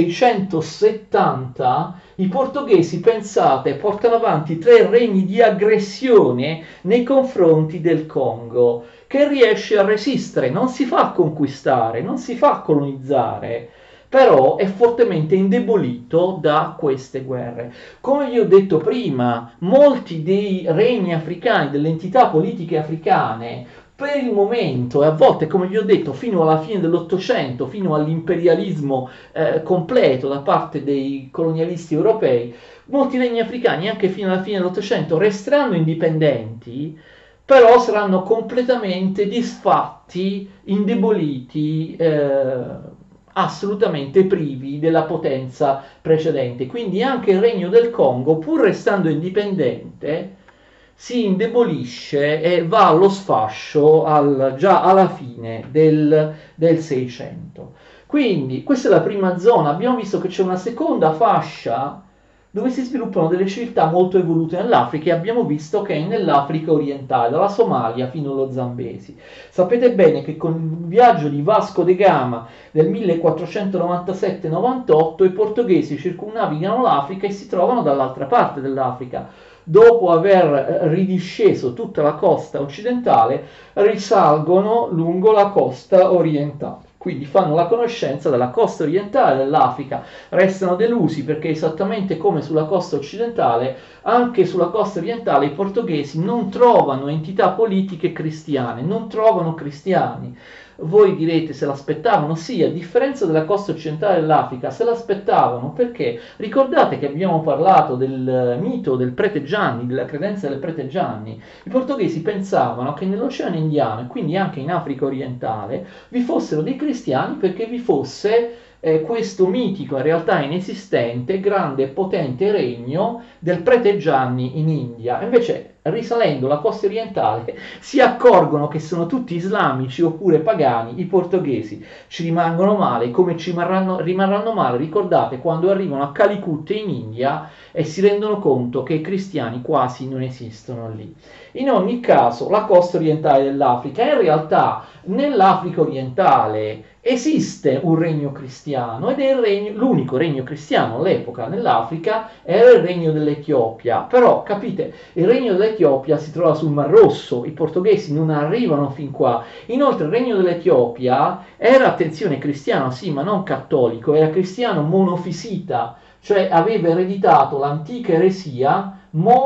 milleseicentosettanta i portoghesi, pensate, portano avanti tre regni di aggressione nei confronti del Congo, che riesce a resistere, non si fa conquistare, non si fa colonizzare, però è fortemente indebolito da queste guerre. Come vi ho detto prima, molti dei regni africani, delle entità politiche africane, per il momento, e a volte, come vi ho detto, fino alla fine dell'Ottocento, fino all'imperialismo eh, completo da parte dei colonialisti europei, molti regni africani, anche fino alla fine dell'Ottocento, resteranno indipendenti, però saranno completamente disfatti, indeboliti, eh, assolutamente privi della potenza precedente. Quindi anche il Regno del Congo, pur restando indipendente, si indebolisce e va allo sfascio al, già alla fine del, del seicento. Quindi questa è la prima zona. Abbiamo visto che c'è una seconda fascia dove si sviluppano delle civiltà molto evolute nell'Africa, e abbiamo visto che è nell'Africa orientale, dalla Somalia fino allo Zambesi. Sapete bene che con il viaggio di Vasco da Gama del millequattrocentonovantasette novantotto i portoghesi circumnavigano l'Africa e si trovano dall'altra parte dell'Africa. Dopo aver ridisceso tutta la costa occidentale, risalgono lungo la costa orientale. Quindi fanno la conoscenza della costa orientale dell'Africa, restano delusi perché esattamente come sulla costa occidentale, anche sulla costa orientale i portoghesi non trovano entità politiche cristiane, non trovano cristiani. Voi direte, se l'aspettavano? Sì, a differenza della costa occidentale dell'Africa, se l'aspettavano, perché ricordate che abbiamo parlato del mito del prete Gianni, della credenza del prete Gianni. I portoghesi pensavano che nell'Oceano Indiano, e quindi anche in Africa orientale, vi fossero dei cristiani perché vi fosse eh, questo mitico, in realtà inesistente, grande e potente regno del prete Gianni in India. Invece, risalendo la costa orientale, si accorgono che sono tutti islamici oppure pagani. I portoghesi ci rimangono male, come ci rimarranno, rimarranno male, ricordate, quando arrivano a Calicut in India e si rendono conto che i cristiani quasi non esistono lì. In ogni caso, la costa orientale dell'Africa, in realtà nell'Africa orientale esiste un regno cristiano, ed è il regno, l'unico regno cristiano all'epoca nell'Africa era il regno dell'Etiopia. Però capite, il regno dell'Etiopia si trova sul Mar Rosso, i portoghesi non arrivano fin qua. Inoltre il regno dell'Etiopia era, attenzione, cristiano sì, ma non cattolico, era cristiano monofisita, cioè aveva ereditato l'antica eresia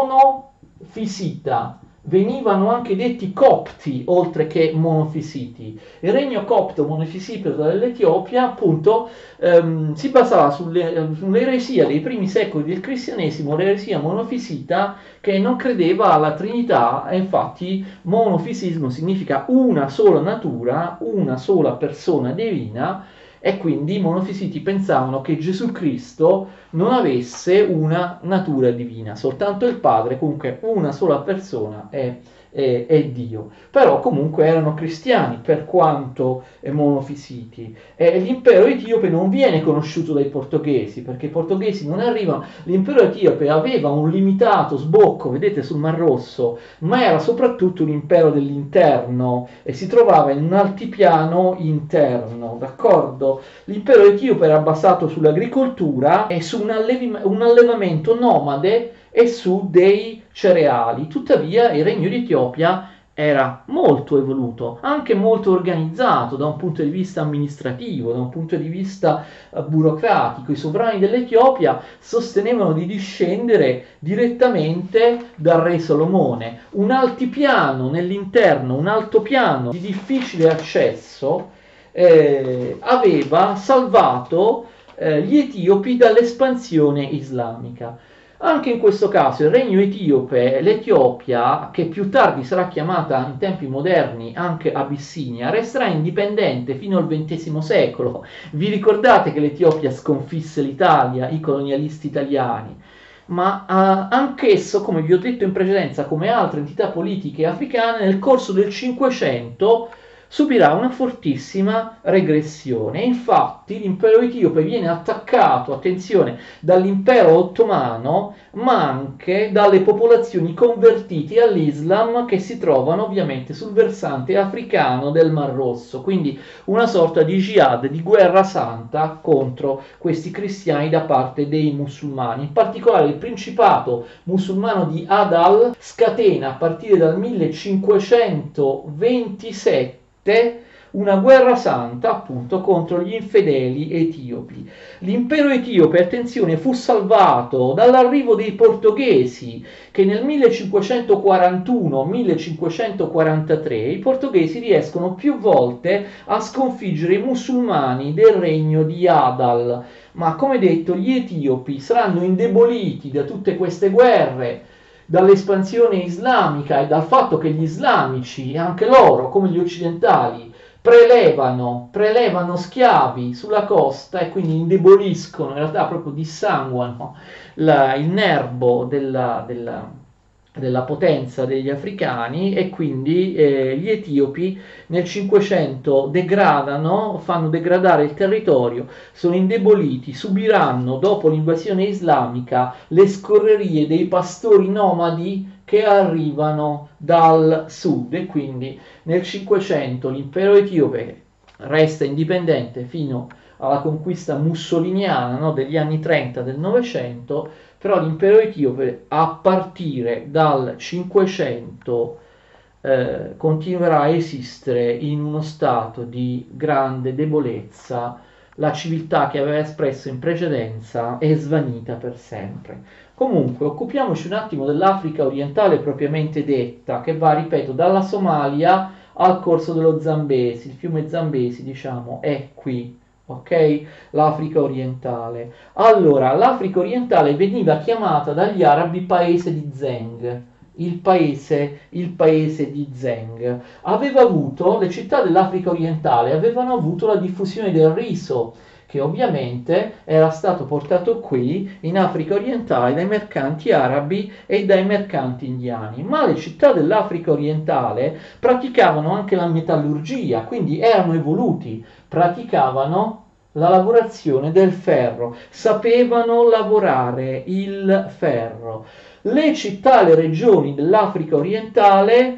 monofisita. Venivano anche detti copti oltre che monofisiti. Il regno copto monofisita dell'Etiopia appunto ehm, si basava sulle, sull'eresia dei primi secoli del cristianesimo, l'eresia monofisita, che non credeva alla Trinità, e infatti monofisismo significa una sola natura, una sola persona divina, e quindi i monofisiti pensavano che Gesù Cristo non avesse una natura divina, soltanto il Padre, comunque una sola persona, è, è, è Dio. Però comunque erano cristiani per quanto eh, monofisiti. E l'impero etiope non viene conosciuto dai portoghesi, perché i portoghesi non arrivano. L'impero etiope aveva un limitato sbocco, vedete, sul Mar Rosso, ma era soprattutto un impero dell'interno e si trovava in un altipiano interno, d'accordo? L'impero etiope era basato sull'agricoltura e su un, allevi- un allevamento nomade e su dei cereali. Tuttavia il regno di Etiopia era molto evoluto, anche molto organizzato da un punto di vista amministrativo, da un punto di vista uh, burocratico. I sovrani dell'Etiopia sostenevano di discendere direttamente dal re Solomone. Un altipiano nell'interno, un altopiano di difficile accesso, eh, aveva salvato eh, gli etiopi dall'espansione islamica. Anche in questo caso il regno etiope, l'Etiopia, che più tardi sarà chiamata in tempi moderni anche Abissinia, resterà indipendente fino al ventesimo secolo. Vi ricordate che l'Etiopia sconfisse l'Italia, i colonialisti italiani? Ma eh, anch'esso, come vi ho detto in precedenza, come altre entità politiche africane, nel corso del Cinquecento subirà una fortissima regressione. Infatti l'impero etiope viene attaccato, attenzione, dall'impero ottomano, ma anche dalle popolazioni convertite all'Islam che si trovano ovviamente sul versante africano del Mar Rosso, quindi una sorta di jihad, di guerra santa contro questi cristiani da parte dei musulmani. In particolare il principato musulmano di Adal scatena a partire dal millecinquecentoventisette una guerra santa appunto contro gli infedeli etiopi. L'impero etiope, attenzione, fu salvato dall'arrivo dei portoghesi che nel millecinquecentoquarantuno millecinquecentoquarantatré i portoghesi riescono più volte a sconfiggere i musulmani del regno di Adal. Ma come detto, gli etiopi saranno indeboliti da tutte queste guerre, dall'espansione islamica e dal fatto che gli islamici, anche loro, come gli occidentali, prelevano, prelevano schiavi sulla costa e quindi indeboliscono, in realtà proprio dissanguano la, il nervo della, della, della potenza degli africani, e quindi eh, gli etiopi nel Cinquecento degradano, fanno degradare il territorio, sono indeboliti, subiranno dopo l'invasione islamica le scorrerie dei pastori nomadi che arrivano dal sud, e quindi nel Cinquecento l'impero etiope resta indipendente fino alla conquista mussoliniana, no, degli anni trenta del Novecento, però l'impero etiope a partire dal Cinquecento eh, continuerà a esistere in uno stato di grande debolezza. La civiltà che aveva espresso in precedenza è svanita per sempre. Comunque, occupiamoci un attimo dell'Africa orientale propriamente detta, che va, ripeto, dalla Somalia al corso dello Zambesi. Il fiume Zambesi, diciamo, è qui, ok? L'Africa orientale. Allora, l'Africa orientale veniva chiamata dagli arabi paese di Zeng. Il paese, il paese di Zeng aveva avuto, le città dell'Africa orientale avevano avuto la diffusione del riso, che ovviamente era stato portato qui in Africa orientale dai mercanti arabi e dai mercanti indiani. Ma le città dell'Africa orientale praticavano anche la metallurgia, quindi erano evoluti, praticavano la lavorazione del ferro, sapevano lavorare il ferro. Le città, le regioni dell'Africa orientale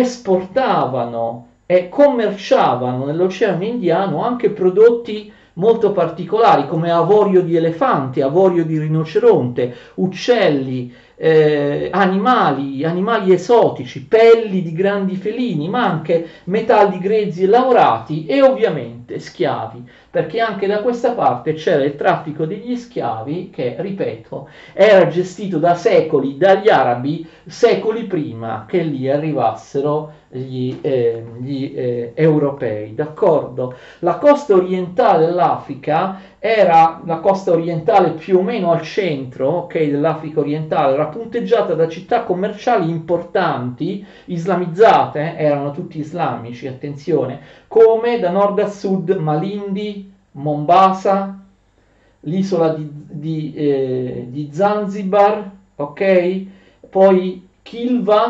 esportavano e commerciavano nell'Oceano Indiano anche prodotti molto particolari come avorio di elefante, avorio di rinoceronte, uccelli, eh, animali, animali esotici, pelli di grandi felini, ma anche metalli grezzi e lavorati e ovviamente schiavi, perché anche da questa parte c'era il traffico degli schiavi che, ripeto, era gestito da secoli dagli arabi, secoli prima che lì arrivassero gli, eh, gli eh, europei, d'accordo? La costa orientale dell'Africa era la costa orientale più o meno al centro, ok, dell'Africa orientale, era punteggiata da città commerciali importanti, islamizzate, eh, erano tutti islamici, attenzione, come da nord a sud Malindi, Mombasa, l'isola di, di, eh, di Zanzibar, ok, poi Kilva,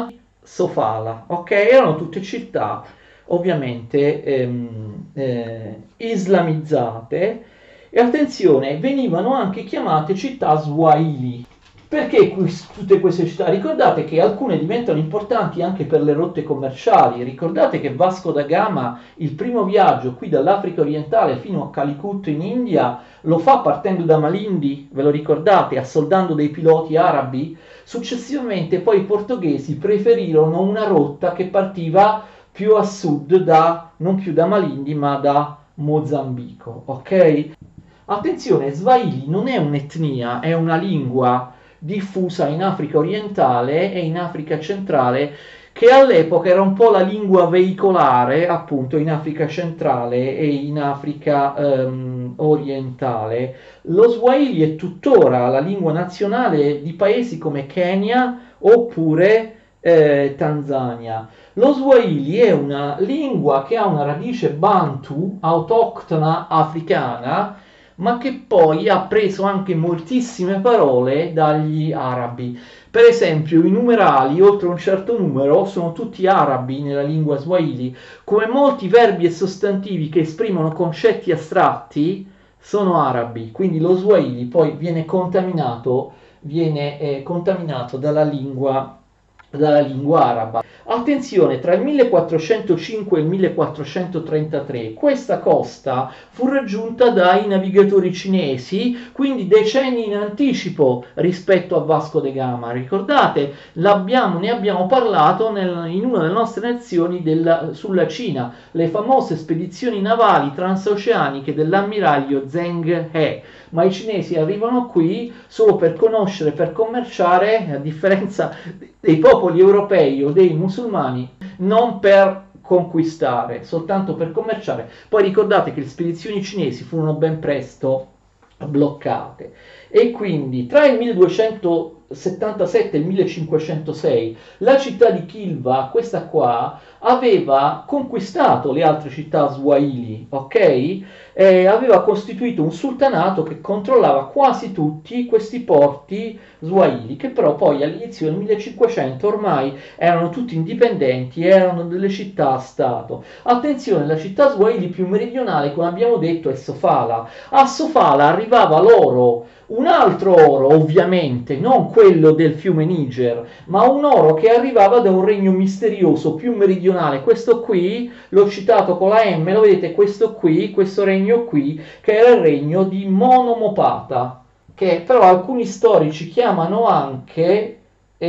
Sofala, ok? Erano tutte città ovviamente ehm, eh, islamizzate e attenzione, venivano anche chiamate città Swahili. Perché quis- tutte queste città? Ricordate che alcune diventano importanti anche per le rotte commerciali. Ricordate che Vasco da Gama, il primo viaggio qui dall'Africa orientale fino a Calicut in India, lo fa partendo da Malindi, ve lo ricordate, assoldando dei piloti arabi? Successivamente poi i portoghesi preferirono una rotta che partiva più a sud da, non più da Malindi, ma da Mozambico, ok? Attenzione, Swahili non è un'etnia, è una lingua diffusa in Africa orientale e in Africa centrale, che all'epoca era un po' la lingua veicolare appunto in Africa centrale e in Africa ehm, orientale. Lo Swahili è tuttora la lingua nazionale di paesi come Kenya oppure eh, Tanzania. Lo Swahili è una lingua che ha una radice bantu autoctona africana, ma che poi ha preso anche moltissime parole dagli arabi. Per esempio, i numerali, oltre un certo numero, sono tutti arabi nella lingua Swahili, come molti verbi e sostantivi che esprimono concetti astratti sono arabi, quindi lo Swahili poi viene contaminato, viene eh, contaminato dalla lingua dalla lingua araba. Attenzione, tra il millequattrocentocinque e il millequattrocentotrentatré questa costa fu raggiunta dai navigatori cinesi, quindi decenni in anticipo rispetto a Vasco da Gama. Ricordate, l'abbiamo, ne abbiamo parlato nel, in una delle nostre lezioni del, sulla Cina, le famose spedizioni navali transoceaniche dell'ammiraglio Zheng He. Ma i cinesi arrivano qui solo per conoscere, per commerciare, a differenza dei popoli europei o dei musulmani, non per conquistare, soltanto per commerciare. Poi ricordate che le spedizioni cinesi furono ben presto bloccate e quindi tra il milleduecentosettantasette e il millecinquecentosei la città di Kilwa, questa qua, aveva conquistato le altre città Swahili, ok? Eh, aveva costituito un sultanato che controllava quasi tutti questi porti Swahili, che però poi all'inizio del millecinquecento ormai erano tutti indipendenti, erano delle città-stato. Attenzione, la città Swahili più meridionale, come abbiamo detto, è Sofala. A Sofala arrivava l'oro, un altro oro ovviamente, non quello del fiume Niger, ma un oro che arrivava da un regno misterioso più meridionale. Questo qui, l'ho citato con la M, lo vedete, questo qui, questo regno qui, che era il regno di Monomopata, che però alcuni storici chiamano anche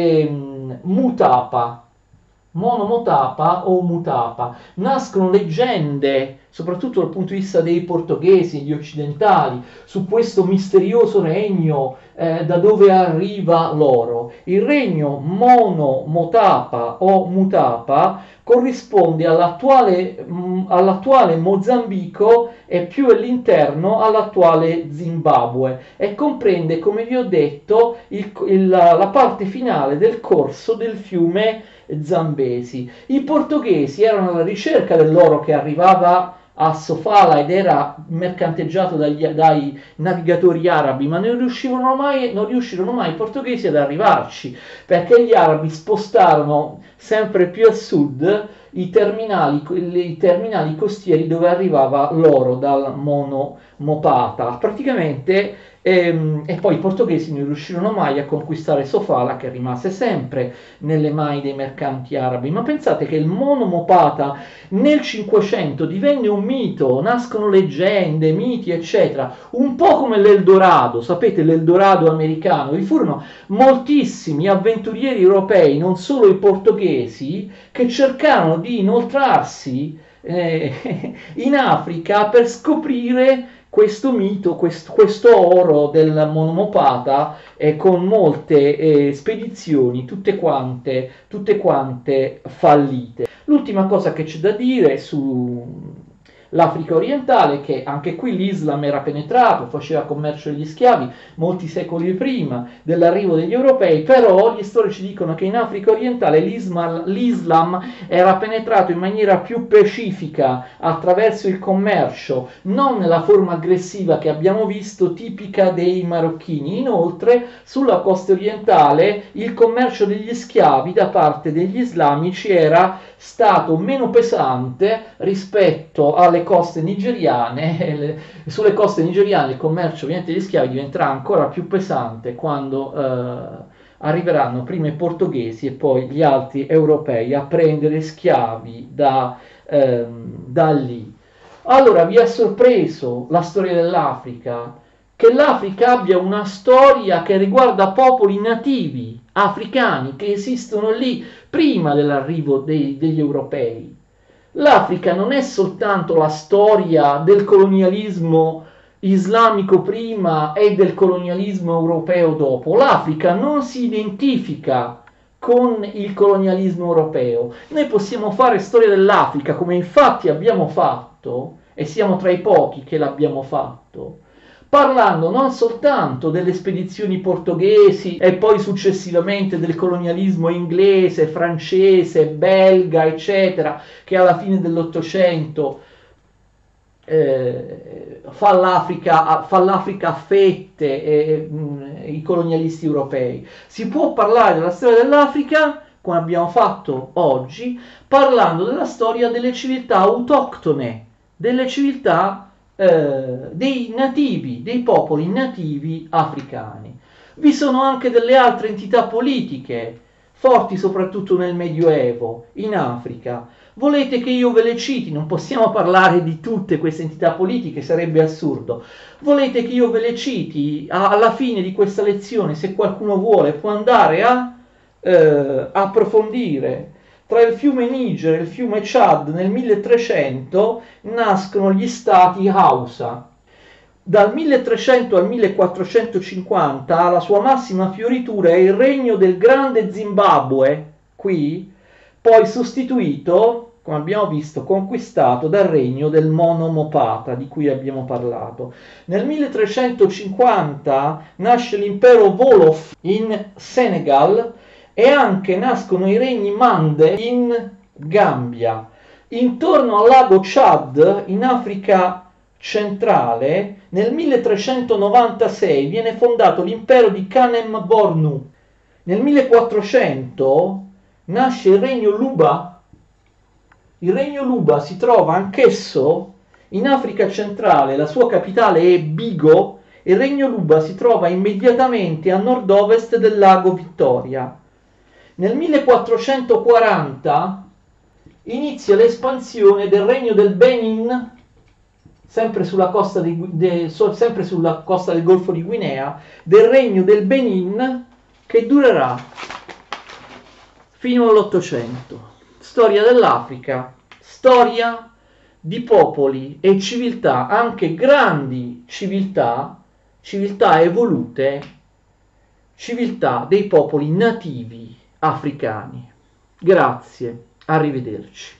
ehm, Mutapa, Monomotapa o Mutapa. Nascono leggende, soprattutto dal punto di vista dei portoghesi e gli occidentali, su questo misterioso regno eh, da dove arriva l'oro. Il regno Monomotapa o Mutapa corrisponde all'attuale, mh, all'attuale Mozambico e più all'interno all'attuale Zimbabwe e comprende, come vi ho detto, il, il, la parte finale del corso del fiume Zambesi. I portoghesi erano alla ricerca dell'oro che arrivava a Sofala ed era mercanteggiato dagli, dai navigatori arabi, ma non riuscirono mai, non riuscirono mai i portoghesi ad arrivarci, perché gli arabi spostarono sempre più a sud i terminali, i terminali costieri dove arrivava l'oro dal Monomopata. Praticamente ehm, e poi i portoghesi non riuscirono mai a conquistare Sofala, che rimase sempre nelle mani dei mercanti arabi. Ma pensate che il Monomopata nel cinquecento divenne un mito, nascono leggende, miti, eccetera, un po' come l'Eldorado, sapete, l'Eldorado americano. Vi furono moltissimi avventurieri europei, non solo i portoghesi, che cercarono di inoltrarsi eh, in Africa per scoprire questo mito, questo, questo oro del Monomopata, eh, con molte eh, spedizioni, tutte quante, tutte quante fallite. L'ultima cosa che c'è da dire su, l'Africa orientale, che anche qui l'Islam era penetrato, faceva commercio degli schiavi molti secoli prima dell'arrivo degli europei, però gli storici dicono che in Africa orientale l'Islam, l'Islam era penetrato in maniera più pacifica attraverso il commercio, non nella forma aggressiva che abbiamo visto tipica dei marocchini. Inoltre sulla costa orientale il commercio degli schiavi da parte degli islamici era stato meno pesante rispetto alle coste nigeriane. Sulle coste nigeriane il commercio ovviamente degli schiavi diventerà ancora più pesante quando eh, arriveranno prima i portoghesi e poi gli altri europei a prendere schiavi da, ehm, da lì. Allora, vi ha sorpreso la storia dell'Africa? Che l'Africa abbia una storia che riguarda popoli nativi africani che esistono lì prima dell'arrivo dei, degli europei. L'Africa non è soltanto la storia del colonialismo islamico prima e del colonialismo europeo dopo. L'Africa non si identifica con il colonialismo europeo. Noi possiamo fare storia dell'Africa, come infatti abbiamo fatto, e siamo tra i pochi che l'abbiamo fatto, parlando non soltanto delle spedizioni portoghesi e poi successivamente del colonialismo inglese, francese, belga, eccetera, che alla fine dell'Ottocento eh, fa l'Africa, fa l'Africa a fette eh, mh, i colonialisti europei. Si può parlare della storia dell'Africa, come abbiamo fatto oggi, parlando della storia delle civiltà autoctone, delle civiltà Eh, dei nativi, dei popoli nativi africani. Vi sono anche delle altre entità politiche, forti soprattutto nel Medioevo, in Africa. Volete che io ve le citi? Non possiamo parlare di tutte queste entità politiche, sarebbe assurdo. Volete che io ve le citi? A- alla fine di questa lezione, se qualcuno vuole, può andare a eh, approfondire. Tra il fiume Niger e il fiume Chad nel milletrecento nascono gli stati Hausa. Dal milletrecento al millequattrocentocinquanta la sua massima fioritura è il regno del grande Zimbabwe, qui, poi sostituito, come abbiamo visto, conquistato dal regno del Mono Mopata, di cui abbiamo parlato. Nel milletrecentocinquanta nasce l'impero Wolof in Senegal, e anche nascono i regni Mande in Gambia. Intorno al lago Chad, in Africa centrale, nel milletrecentonovantasei viene fondato l'impero di Kanem Bornu. Nel millequattrocento nasce il regno Luba. Il regno Luba si trova anch'esso in Africa centrale, la sua capitale è Bigo. Il regno Luba si trova immediatamente a nord-ovest del lago Vittoria. Nel millequattrocentoquaranta inizia l'espansione del regno del Benin, sempre sulla costa, di, de, so, sempre sulla costa del Golfo di Guinea, del regno del Benin che durerà fino all'Ottocento. Storia dell'Africa, storia di popoli e civiltà, anche grandi civiltà, civiltà evolute, civiltà dei popoli nativi africani. Grazie, arrivederci.